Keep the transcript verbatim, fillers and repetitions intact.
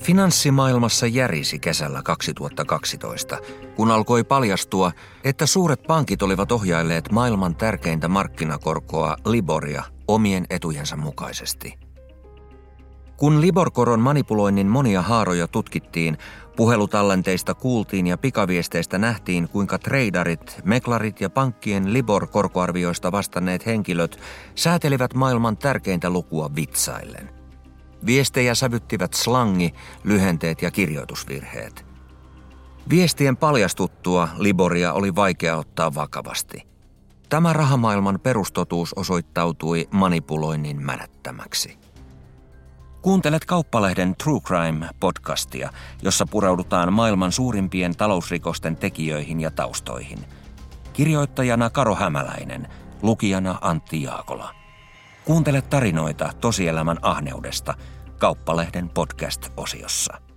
Finanssimaailmassa järisi kesällä kaksituhattakaksitoista, kun alkoi paljastua, että suuret pankit olivat ohjailleet maailman tärkeintä markkinakorkoa Liboria omien etujensa mukaisesti. Kun Libor-koron manipuloinnin monia haaroja tutkittiin, puhelutallenteista kuultiin ja pikaviesteistä nähtiin, kuinka treidarit, meklarit ja pankkien Libor-korkoarvioista vastanneet henkilöt säätelivät maailman tärkeintä lukua vitsaillen. Viestejä sävyttivät slangi, lyhenteet ja kirjoitusvirheet. Viestien paljastuttua Liboria oli vaikea ottaa vakavasti. Tämä rahamaailman perustotuus osoittautui manipuloinnin mädättämäksi. Kuuntelet Kauppalehden True Crime-podcastia, jossa pureudutaan maailman suurimpien talousrikosten tekijöihin ja taustoihin. Kirjoittajana Karo Hämäläinen, lukijana Antti Jaakola. Kuuntele tarinoita tosielämän ahneudesta Kauppalehden podcast-osiossa.